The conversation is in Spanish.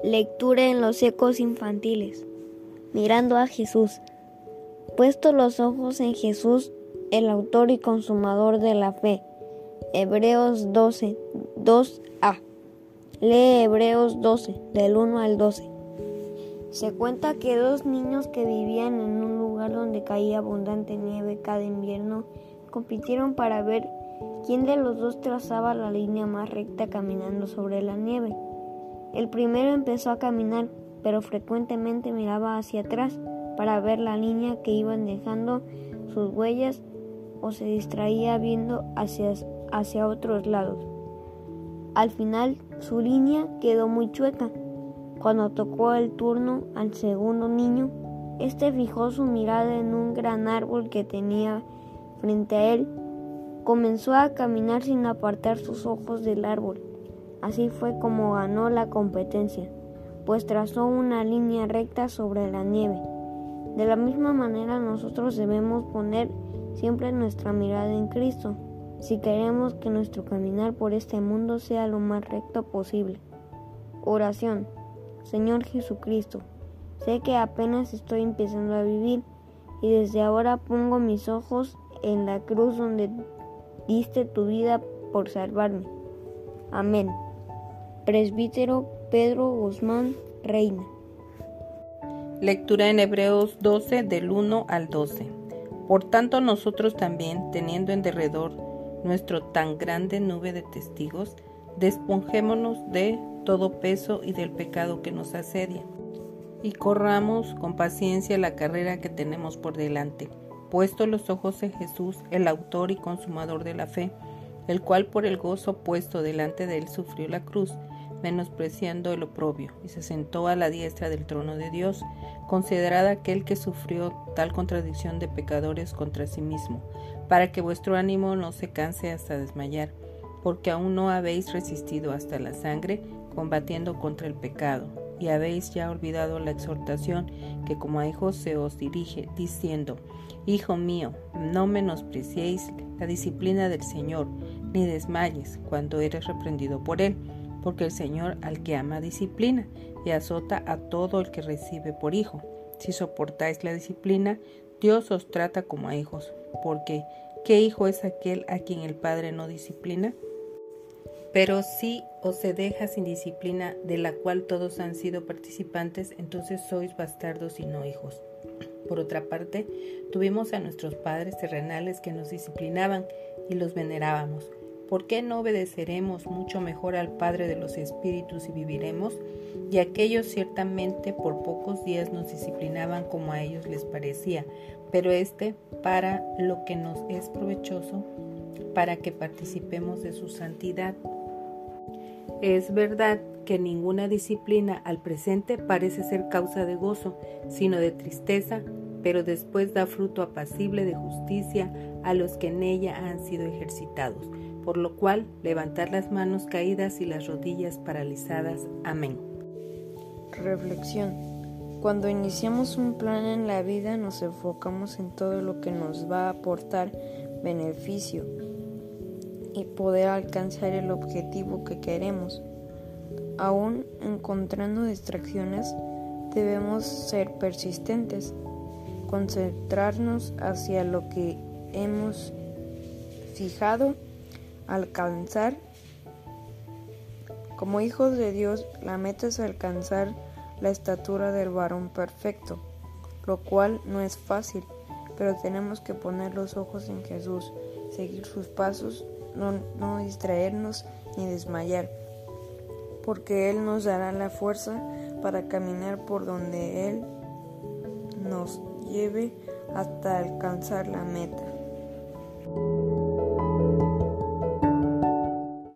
Lectura en los ecos infantiles. Mirando a Jesús. Puestos los ojos en Jesús, el autor y consumador de la fe. Hebreos 12, 2a. Lee Hebreos 12, del 1 al 12. Se cuenta que dos niños que vivían en un lugar donde caía abundante nieve cada invierno compitieron para ver quién de los dos trazaba la línea más recta caminando sobre la nieve. El primero empezó a caminar, pero frecuentemente miraba hacia atrás para ver la línea que iban dejando sus huellas o se distraía viendo hacia otros lados. Al final, su línea quedó muy chueca. Cuando tocó el turno al segundo niño, este fijó su mirada en un gran árbol que tenía frente a él. Comenzó a caminar sin apartar sus ojos del árbol. Así fue como ganó la competencia, pues trazó una línea recta sobre la nieve. De la misma manera, nosotros debemos poner siempre nuestra mirada en Cristo, si queremos que nuestro caminar por este mundo sea lo más recto posible. Oración. Señor Jesucristo, sé que apenas estoy empezando a vivir y desde ahora pongo mis ojos en la cruz donde diste tu vida por salvarme. Amén. Presbítero Pedro Guzmán Reina. Lectura en Hebreos 12 del 1 al 12. Por tanto nosotros también, teniendo en derredor nuestro tan grande nube de testigos, despojémonos de todo peso y del pecado que nos asedia, y corramos con paciencia la carrera que tenemos por delante, puesto los ojos en Jesús, el autor y consumador de la fe, el cual por el gozo puesto delante de él sufrió la cruz, menospreciando el oprobio, y se sentó a la diestra del trono de Dios. Considerad aquel que sufrió tal contradicción de pecadores contra sí mismo, para que vuestro ánimo no se canse hasta desmayar, porque aún no habéis resistido hasta la sangre, combatiendo contra el pecado, y habéis ya olvidado la exhortación que como a hijos se os dirige, diciendo: Hijo mío, no menospreciéis la disciplina del Señor, ni desmayes cuando eres reprendido por él, porque el Señor al que ama disciplina, y azota a todo el que recibe por hijo. Si soportáis la disciplina, Dios os trata como a hijos, porque ¿qué hijo es aquel a quien el Padre no disciplina? Pero si os se deja sin disciplina, de la cual todos han sido participantes, entonces sois bastardos y no hijos. Por otra parte, tuvimos a nuestros padres terrenales que nos disciplinaban y los venerábamos. ¿Por qué no obedeceremos mucho mejor al Padre de los Espíritus y viviremos? Y aquellos ciertamente por pocos días nos disciplinaban como a ellos les parecía, pero para lo que nos es provechoso, para que participemos de su santidad. Es verdad que ninguna disciplina al presente parece ser causa de gozo, sino de tristeza, pero después da fruto apacible de justicia a los que en ella han sido ejercitados. Por lo cual, levantad las manos caídas y las rodillas paralizadas. Amén. Reflexión. Cuando iniciamos un plan en la vida, nos enfocamos en todo lo que nos va a aportar beneficio y poder alcanzar el objetivo que queremos. Aún encontrando distracciones, debemos ser persistentes, concentrarnos hacia lo que hemos fijado, alcanzar. Como hijos de Dios, la meta es alcanzar la estatura del varón perfecto, lo cual no es fácil, pero tenemos que poner los ojos en Jesús, seguir sus pasos, no distraernos ni desmayar, porque Él nos dará la fuerza para caminar por donde Él nos lleve hasta alcanzar la meta.